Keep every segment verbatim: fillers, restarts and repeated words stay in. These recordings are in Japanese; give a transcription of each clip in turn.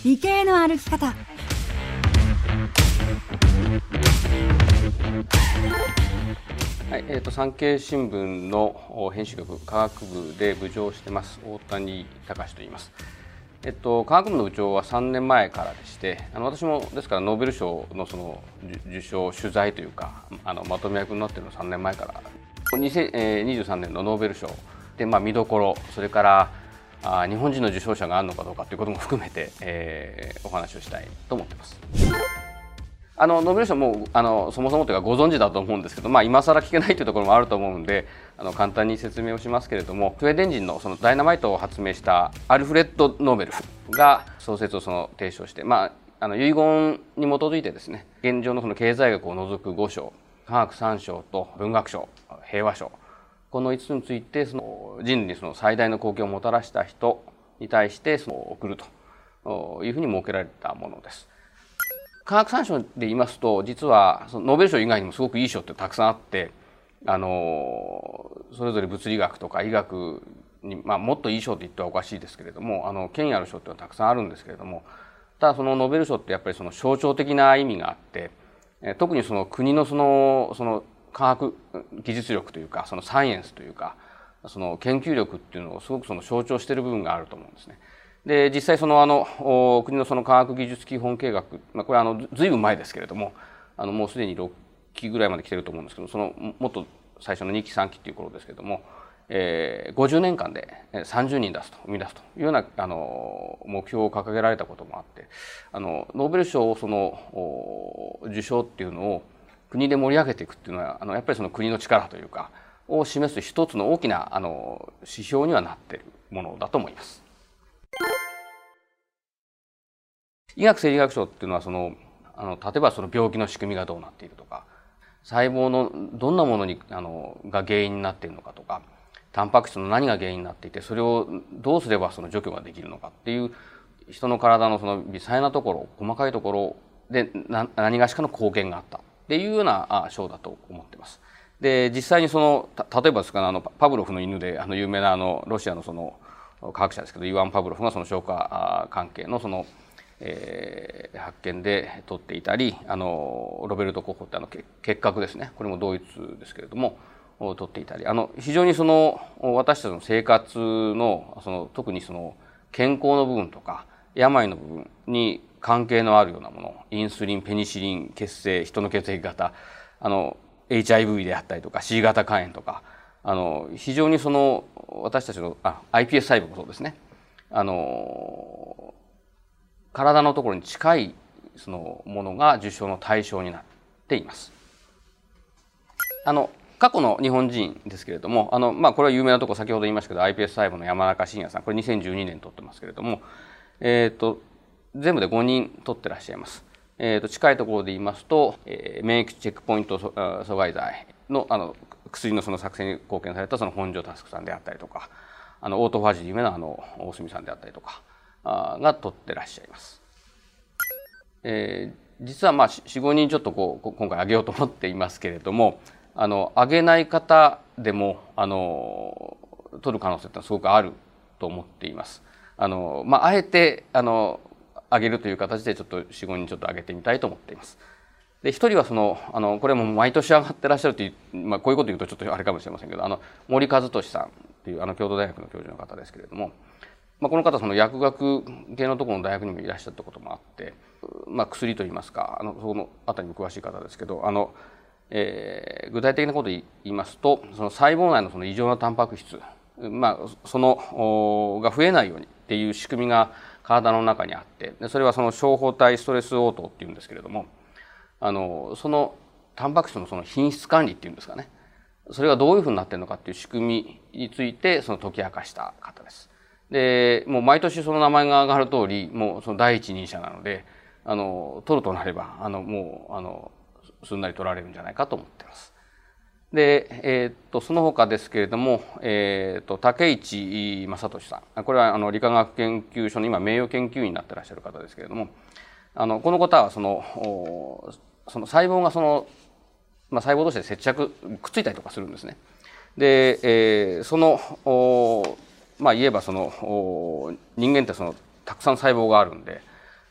理系の歩き方。 はい、えーと、産経新聞の編集局科学部で部長をしてます大谷隆と言います。えっと、科学部の部長はさんねんまえからでして、あの私もですからノーベル賞のその受賞取材というかあのまとめ役になっているのはさんねんまえからにせんにじゅうさんねんのノーベル賞で、まあ、見どころ、それからあ日本人の受賞者があるのかどうかということも含めて、えー、お話をしたいと思っています。あのノーベル賞もあのそもそもというかご存知だと思うんですけど、まあ、今更聞けないというところもあると思うんであの簡単に説明をしますけれども、スウェーデン人のそのダイナマイトを発明したアルフレッド・ノーベルが創設をその提唱して、まあ、あの遺言に基づいてですね、現状のその経済学を除くご賞、科学さん賞と文学賞、平和賞、このいつつについてその人類にその最大の貢献をもたらした人に対してその贈るというふうに設けられたものです。科学さん賞で言いますと、実はそのノーベル賞以外にもすごくいい賞ってたくさんあって、あのそれぞれ物理学とか医学に、まあ、もっといい賞と言ってはおかしいですけれども、あの権威ある賞っていうのはたくさんあるんですけれども、ただそのノーベル賞ってやっぱりその象徴的な意味があって、特にその国のそのその科学技術力というか、そのサイエンスというか、その研究力っていうのをすごくその象徴している部分があると思うんですね。で実際そのあの国のその科学技術基本計画、まあ、これはあのずいぶん前ですけれども、あのもうすでにろっきぐらいまで来てると思うんですけど、そのもっと最初のにきさんきっていう頃ですけれども、えー、ごじゅうねんかんでさんじゅうにん出すと生み出すというようなあの目標を掲げられたこともあって、あのノーベル賞をその受賞っていうのを国で盛り上げていくっていうのは、あのやっぱりその国の力というかを示す一つの大きなあの指標にはなっているものだと思います。医学生理学賞っていうのはそのあの例えばその病気の仕組みがどうなっているとか、細胞のどんなものにあのが原因になっているのかとか、タンパク質の何が原因になっていて、それをどうすればその除去ができるのかっていう人の体のその微細なところ、細かいところで何がしかの貢献があったっていうような賞だと思っています。で実際にその例えばですから、あのパブロフの犬であの有名なあのロシアのその科学者ですけど、イワン・パブロフがその消化関係のそのえー、発見で取っていたり、あのロベルト・コッホってあの結核ですね、これもドイツですけれども取っていたり、あの非常にその私たちの生活 の, その特にその健康の部分とか病の部分に関係のあるようなもの、インスリン、ペニシリン、血清、人の血液型、あの エイチアイブイ であったりとか シー 型肝炎とか、あの非常にその私たちのあ アイピーエス 細胞もそうですね、あの体のところに近いそのものが受賞の対象になっています。あの過去の日本人ですけれども、あの、まあ、これは有名なところ、先ほど言いましたけど アイピーエス 細胞の山中伸弥さん、これにせんじゅうにねん取ってますけれども、えー、と全部でごにん取ってらっしゃいます。えー、と近いところで言いますと、えー、免疫チェックポイント阻害剤 の, あの薬のその作成に貢献されたその本庄佑さんであったりとか、あのオートファジーで有名なあの大隅さんであったりとかが取ってらっしゃいます。えー、実はまあ よん、ごにんちょっとこう今回挙げようと思っていますけれども、あの挙げない方でもあの取る可能性ってのはすごくあると思っています。あの、まあ、あえてあの挙げるという形でちょっとよん、ごにんちょっと挙げてみたいと思っています。でひとりはそのあのこれも毎年上がってらっしゃるという、まあ、こういうこと言うとちょっとあれかもしれませんけど、あの森和俊さんというあの京都大学の教授の方ですけれども、まあ、この方その薬学系のところの大学にもいらっしゃったこともあって、まあ、薬といいますか、あのそのあたりにも詳しい方ですけど、あの、えー、具体的なことを言いますと、その細胞内のその異常なタンパク質、まあ、そのが増えないようにっていう仕組みが体の中にあって、それはその小胞体ストレス応答っていうんですけれども、あのそのタンパク質のその品質管理っていうんですかね、それがどういうふうになっているのかっていう仕組みについてその解き明かした方です。でもう毎年その名前が挙がる通り、もうその第一人者なので、あの取るとなればあのもうあのすんなり取られるんじゃないかと思っています。で、えー、っとその他ですけれども、えー、っと竹市正俊さん、これはあの理化学研究所の今名誉研究員になっていらっしゃる方ですけれども、あのこの方はそのその細胞がその、まあ、細胞同士で接着くっついたりとかするんですね。で、えー、そのまあ言えばその人間ってそのたくさん細胞があるんで、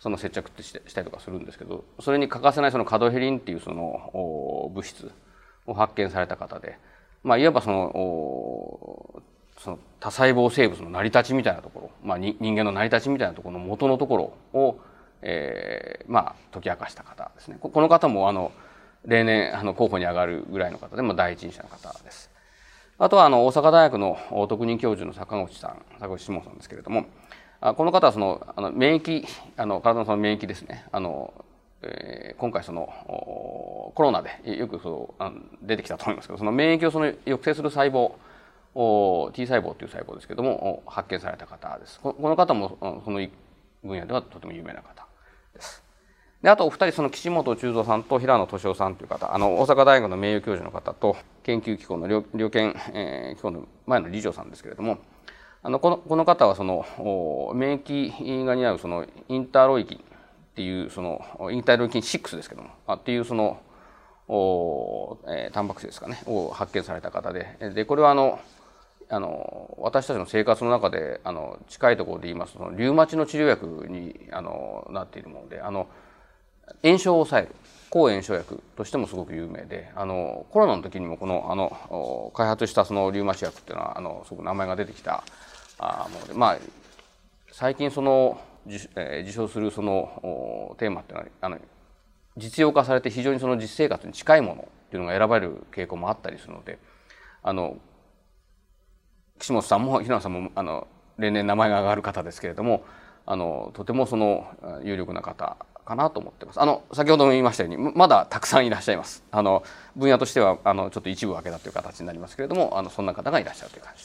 その接着ってしたりとかするんですけど、それに欠かせないそのカドヘリンっていうその物質を発見された方で、まあ、いわばそのその多細胞生物の成り立ちみたいなところ、まあ、人間の成り立ちみたいなところの元のところを、えー、まあ解き明かした方ですね。この方もあの例年あの候補に上がるぐらいの方でも第一人者の方です。あとはあの大阪大学の特任教授の坂口さん、坂口志門さんですけれども、この方はそのあの免疫、あの体のその免疫ですね。あのえー、今回そのコロナでよくそうあの出てきたと思いますけど、その免疫をその抑制する細胞、T 細胞という細胞ですけども発見された方です。この方もその分野ではとても有名な方です。であとお二人、その岸本忠三さんと平野俊夫さんという方、あの大阪大学の名誉教授の方と研究機構の両両研、えー、機構の前の理事長さんですけれども、あのこのこの方はその免疫が担うそのインターロイキンっていうそのインターロイキンシックスですけどもあっていうそのお、えー、タンパク質ですかねを発見された方で、でこれはあのあの私たちの生活の中であの近いところで言いますとそのリウマチの治療薬にあのなっているもので、あの炎症を抑える抗炎症薬としてもすごく有名で、あのコロナの時にもこのあの開発したそのリウマチ薬っていうのはあのすごく名前が出てきたあもので、まあ最近その受、えー、受賞するそのテーマっていうのはあの実用化されて非常にその実生活に近いものっていうのが選ばれる傾向もあったりするので、あの岸本さんも平野さんもあの例年名前が挙がる方ですけれども、あのとてもその有力な方かなと思ってます。あの先ほども言いましたようにまだたくさんいらっしゃいます。あの分野としてはあのちょっと一部分けだという形になりますけれども、あのそんな方がいらっしゃるという感じです。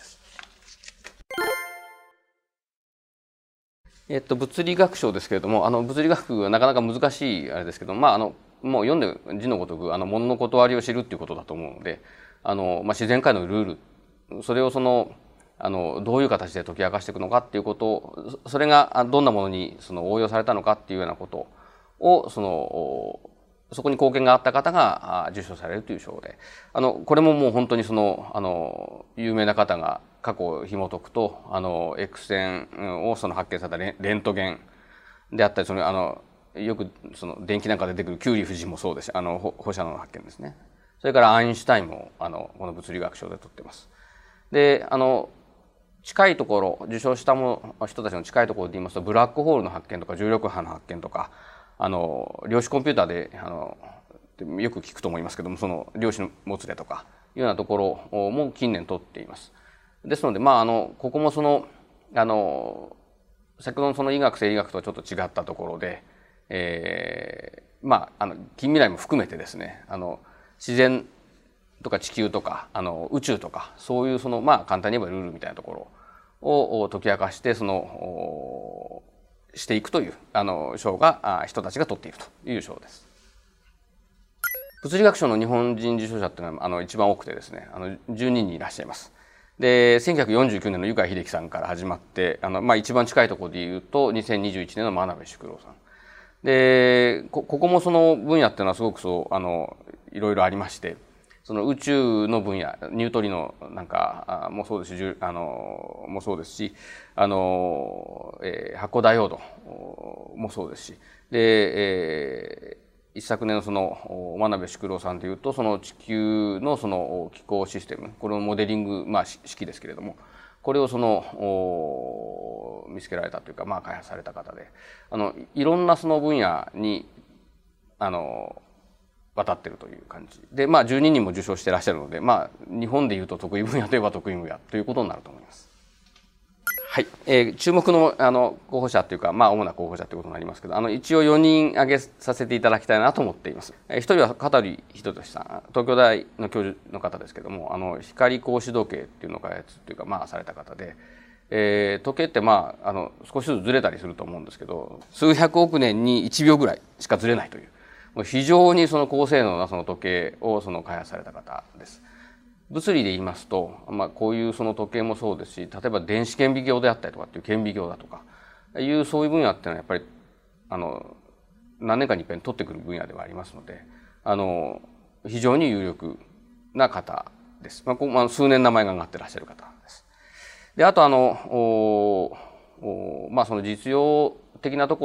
えっと物理学賞ですけれども、あの物理学はなかなか難しいあれですけど、まああのもう読んで字のごとくあの物の断りを知るっていうことだと思うので、あのまあ自然界のルール、それをそのあのどういう形で解き明かしていくのかっていうことを、それがどんなものにその応用されたのかっていうようなことをそのそこに貢献があった方が受賞されるという賞で、あのこれももう本当にそのあの有名な方が過去を紐解くと、あの X 線をその発見されたレレントゲンであったり、そのあのよくその電気なんか出てくるキュウリ夫人もそうですし、あの放射能の発見ですね。それからアインシュタインもあのこの物理学賞で取ってます。であの近いところ受賞したも人たちの近いところで言いますと、ブラックホールの発見とか重力波の発見とか、あの量子コンピューターであのよく聞くと思いますけども、その量子のもつれとかいうようなところも近年取っています。ですので、まあ、あのここもそのあの先ほどのその医学生理学とはちょっと違ったところで、えー、まああの近未来も含めてですね、あの自然とか地球とかあの宇宙とかそういうそのまあ簡単に言えばルールみたいなところを解き明かしてそのしていくというあの賞が人たちが取っているという賞です。物理学賞の日本人受賞者っていうのはあの一番多くてですね、あのじゅうににんいらっしゃいます。でせんきゅうひゃくよんじゅうきゅうねんの湯川秀樹さんから始まって、あの、まあ、一番近いところでいうとにせんにじゅういちねんの真鍋淑郎さんで、こここもその分野っていうのはすごくそうあのいろいろありまして、その宇宙の分野、ニュートリノなんかもそうですし、あのもそうですし、あの、えー、発光ダイオードもそうですし、で、えー一昨年のその真鍋淑郎さんというと、その地球のその気候システム、これをモデリング、まあ、式ですけれども、これをその見つけられたというか、まあ、開発された方で、あのいろんなその分野にあの渡ってるという感じで、まあ、じゅうににんも受賞していらっしゃるので、まあ、日本でいうと得意分野といえば得意分野ということになると思います。はい、えー、注目のあの候補者というか、まあ、主な候補者ということになりますけど、あの一応よにん挙げさせていただきたいなと思っています。えー、ひとりは片桐仁俊さん、東京大の教授の方ですけども、あの光格子時計っていうのを開発というか、まあ、された方で、えー、時計って、まあ、あの少しずつずれたりすると思うんですけど、数百億年にいちびょうぐらいしかずれないという、もう非常にその高性能なその時計をその開発された方です。物理で言いますと、まあ、こういうその時計もそうですし、例えば電子顕微鏡であったりとかっていう顕微鏡だとかいうそういう分野っていうのはやっぱりあの何年かに一遍取ってくる分野ではありますので、あの非常に有力な方です。まあ、こまあ、数年名前が挙がってらっしゃる方です。であとあのおお、まあ、その実用的なところ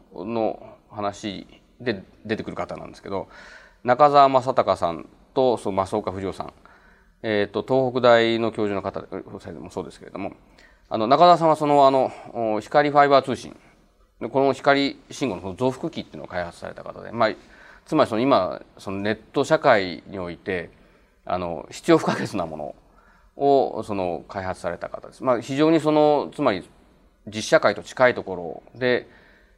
の話で出てくる方なんですけど、中澤正隆さんとその増岡不二雄さん、えー、と東北大の教授の方でもそうですけれども、あの中澤さんはそのあの光ファイバー通信、この光信号のその増幅器っていうのを開発された方で、まあ、つまりその今そのネット社会においてあの必要不可欠なものをその開発された方です。まあ、非常にそのつまり実社会と近いところで、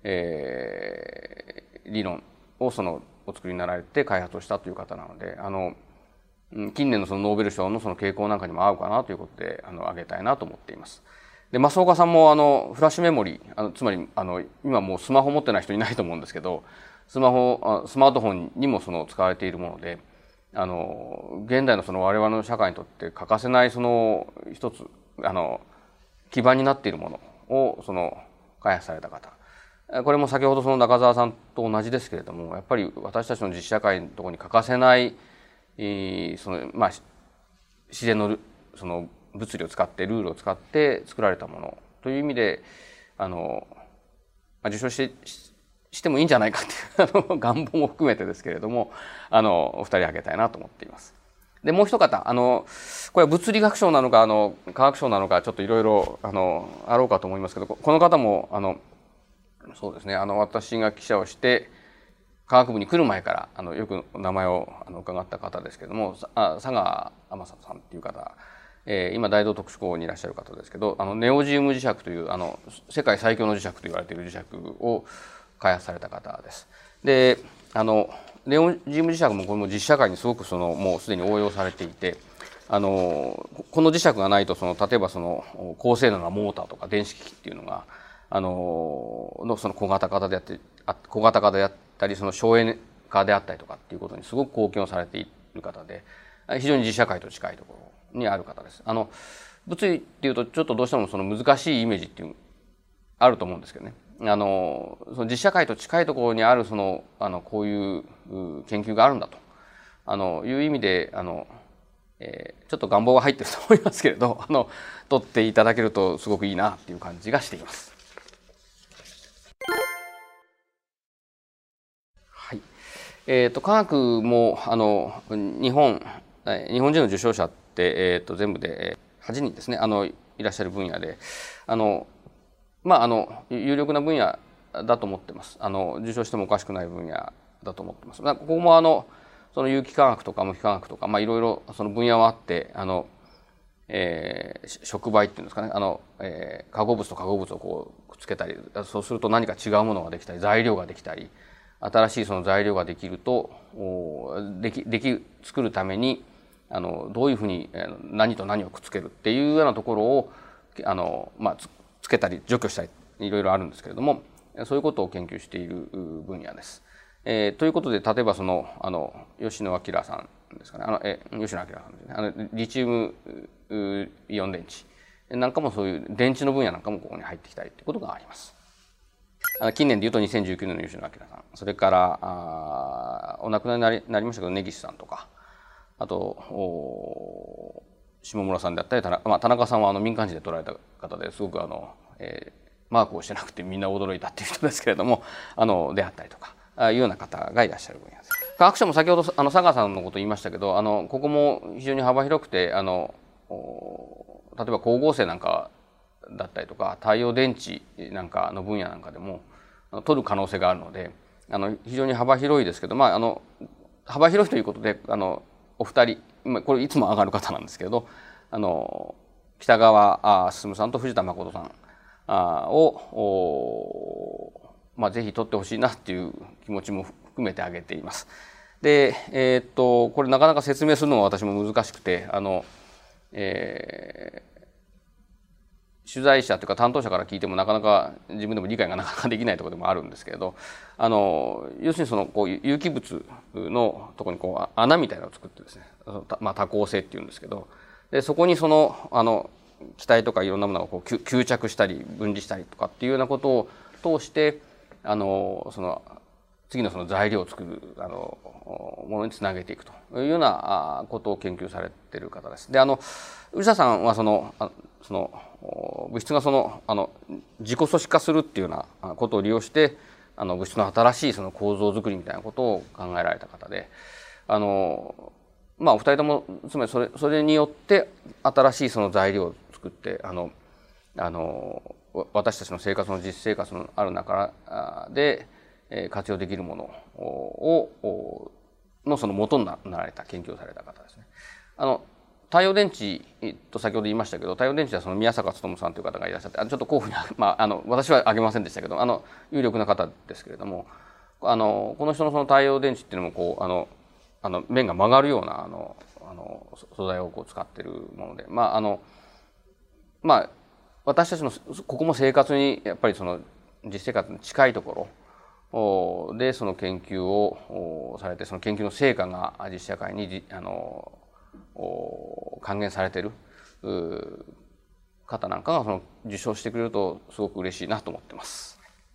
えー、理論をそのお作りになられて開発をしたという方なので、あの近年のそのノーベル賞のその傾向なんかにも合うかなということであの挙げたいなと思っています。で増岡さんもあのフラッシュメモリー、あのつまりあの今もうスマホ持ってない人いないと思うんですけど、スマホスマートフォンにもその使われているもので、あの現代のその我々の社会にとって欠かせないその一つあの基盤になっているものをその開発された方、これも先ほどその中澤さんと同じですけれども、やっぱり私たちの実社会のところに欠かせないその、まあ、自然のその物理を使ってルールを使って作られたものという意味であの、まあ、受賞ししてもいいんじゃないかっていうあの願望も含めてですけれども、あのお二人挙げたいなと思っています。でもう一方、あのこれは物理学賞なのかあの科学賞なのかちょっといろいろあのあろうかと思いますけど、この方もあのそうですね、あの私が記者をして科学部に来る前からあのよく名前をあの伺った方ですけれども、あ佐賀天里さんっていう方、えー、今大同特殊高にいらっしゃる方ですけど、あのネオジウム磁石というあの世界最強の磁石と言われている磁石を開発された方です。であのネオジウム磁石もこれも実社会にすごくそのもうすでに応用されていて、あのこの磁石がないとその例えばその高性能なモーターとか電子機器っていうのがあののその小型化であって小型化であったりその省エネ化であったりとかっていうことにすごく貢献をされている方で、非常に実社会と近いところにある方です。あの物理っていうとちょっとどうしてもその難しいイメージっていうあると思うんですけどね。あのその実社会と近いところにあるそのあのこういう研究があるんだとあのいう意味であの、えー、ちょっと願望が入ってると思いますけれど、あの取っていただけるとすごくいいなっていう感じがしています。はい。えー、と科学もあの日本日本人の受賞者って、えー、と全部ではちにんですね、あのいらっしゃる分野で、あのまああの有力な分野だと思ってます。あの受賞してもおかしくない分野だと思ってます。ここもあのその有機化学とか無機化学とか、まあ、いろいろその分野はあって、あの、えー、触媒っていうんですかね、あの、えー、化合物と化合物をこうくっつけたり、そうすると何か違うものができたり材料ができたり、新しいその材料ができるとできでき作るためにあのどういうふうに何と何をくっつけるっていうようなところをあの、まあ、つ, つけたり除去したりいろいろあるんですけれども、そういうことを研究している分野です。えー、ということで例えばそのあの吉野彰さんですかね、あのえ吉野彰さんですね、あのリチウムイオン電池なんかもそういう電池の分野なんかもここに入ってきたりということがあります。近年でいうとにせんじゅうきゅうねんの吉野彰さん、それからあお亡くなりになりなりましたけど根岸さんとか、あと下村さんであったり、田中、まあ、田中さんはあの民間人で取られた方ですごくあの、えー、マークをしてなくてみんな驚いたっていう人ですけれども、あのであったりとかあいうような方がいらっしゃる分野です。科学者も先ほどあの佐賀さんのこと言いましたけど、あのここも非常に幅広くて、あの例えば光合成なんかだったりとか太陽電池なんかの分野なんかでも取る可能性があるので、あの非常に幅広いですけど、まあ、あの幅広いということであのお二人、これいつも上がる方なんですけれど、あの北川進さんと藤田誠さんを、まあ、ぜひ取ってほしいなっていう気持ちも含めて挙げています。で、えー、っとこれなかなか説明するのは私も難しくて、あの、えー取材者というか担当者から聞いてもなかなか自分でも理解がなかなかできないところでもあるんですけれど、あの要するにそのこう有機物のところにこう穴みたいなのを作ってですね、まあ、多孔性っていうんですけど、でそこにそのあの気体とかいろんなものがこう吸着したり分離したりとかっていうようなことを通してあのその次のその材料を作るあのものにつなげていくというようなことを研究されている方です。で、あの宇佐さんはそのその物質がそのあの自己組織化するっていうようなことを利用してあの物質の新しいその構造づくりみたいなことを考えられた方で、あのまあお二人ともつまりそれそれによって新しいその材料を作ってあのあの私たちの生活の実生活のある中で活用できるものをのその元になられた研究をされた方ですね。あの太陽電池と先ほど言いましたけど、太陽電池はその宮坂勉さんという方がいらっしゃって、ちょっと候補に、まあ、あの私は挙げませんでしたけど、あの有力な方ですけれども、あのこの人のその太陽電池っていうのもこうあのあの面が曲がるようなあのあの素材をこう使っているもので、まああのまあ私たちのここも生活にやっぱりその実生活に近いところでその研究をされて、その研究の成果が実社会にあの還元されている方なんかがその受賞してくれるとすごく嬉しいなと思ってます。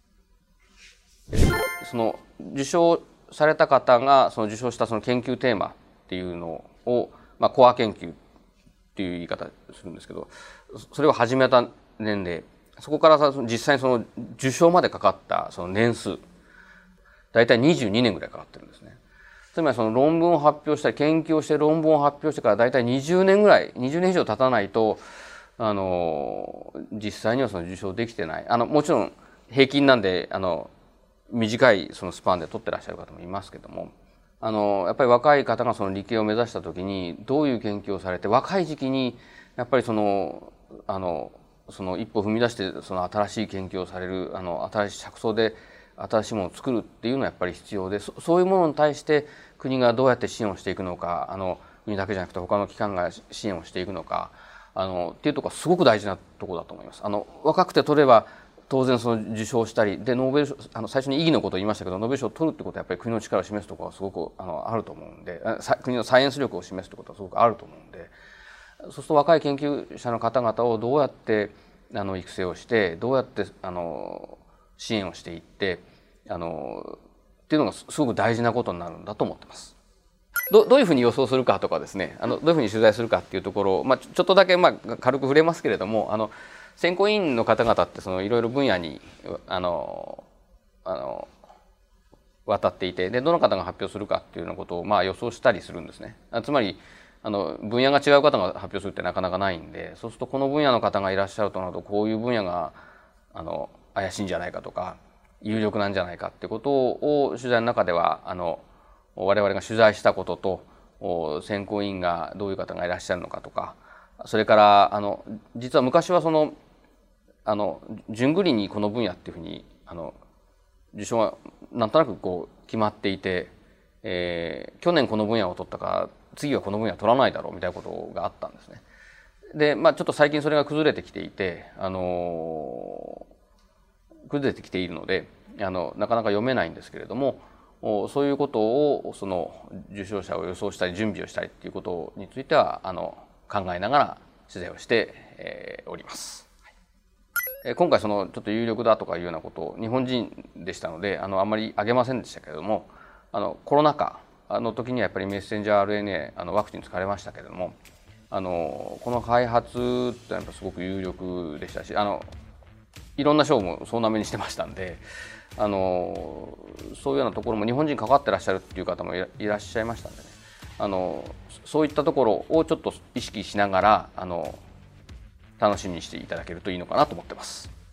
その受賞された方がその受賞したその研究テーマっていうのを、まあ、コア研究っていう言い方するんですけど、それを始めた年齢、そこから実際にその受賞までかかったその年数、大体にじゅうにねんぐらいかかってるんですね。つまりその論文を発表したり研究をして論文を発表してから大体にじゅうねんぐらいにじゅうねん以上経たないとあの実際にはその受賞できてない。あのもちろん平均なんであの短いそのスパンで取ってらっしゃる方もいますけども、あのやっぱり若い方がその理系を目指した時にどういう研究をされて、若い時期にやっぱりそのあのその一歩踏み出してその新しい研究をされる、あの新しい着想で新しいものを作るっていうのはやっぱり必要で、 そ, そういうものに対して国がどうやって支援をしていくのか、あの国だけじゃなくて他の機関が支援をしていくのか、あのっていうところはすごく大事なところだと思います。あの若くて取れば当然その受賞したりで、ノーベル賞、あの最初に意義のことを言いましたけど、ノーベル賞を取るってことはやっぱり国の力を示すところはすごくあのあると思うんで、国のサイエンス力を示すってことはすごくあると思うんで、そうすると若い研究者の方々をどうやってあの育成をして、どうやってあの支援をしていってあのっていうのがすごく大事なことになるんだと思ってます。ど, どういうふうに予想するかとかですね、あのどういうふうに取材するかっていうところを、まあ、ちょっとだけまあ軽く触れますけれども、あの選考委員の方々ってそのいろいろ分野にあのあの渡っていて、でどの方が発表するかっていうようなことをまあ予想したりするんですね。つまりあの分野が違う方が発表するってなかなかないんで、そうするとこの分野の方がいらっしゃるとなると、こういう分野があの怪しいんじゃないかとか有力なんじゃないかってことを取材の中ではあの我々が取材したことと選考委員がどういう方がいらっしゃるのかとか、それからあの実は昔はそのあの順繰りにこの分野っていうふうにあの受賞がなんとなくこう決まっていて、えー、去年この分野を取ったから次はこの分野取らないだろうみたいなことがあったんですね。で、まあ、ちょっと最近それが崩れてきていて、あの崩れてきているのであのなかなか読めないんですけれども、そういうことをその受賞者を予想したり準備をしたりっていうことについてはあの考えながら取材をして、えー、おります。今回そのちょっと有力だとかいうようなことを日本人でしたのであのあんまり挙げませんでしたけれども、あのコロナ禍の時にはやっぱりメッセンジャー アールエヌエー あのワクチン使われましたけれども、あのこの開発ってやっぱすごく有力でしたし、あのいろんな賞も総なめにしてましたんで、あのそういうようなところも日本人関わってらっしゃるっていう方もい ら, いらっしゃいましたんでね、あのそういったところをちょっと意識しながらあの楽しみにしていただけるといいのかなと思ってます。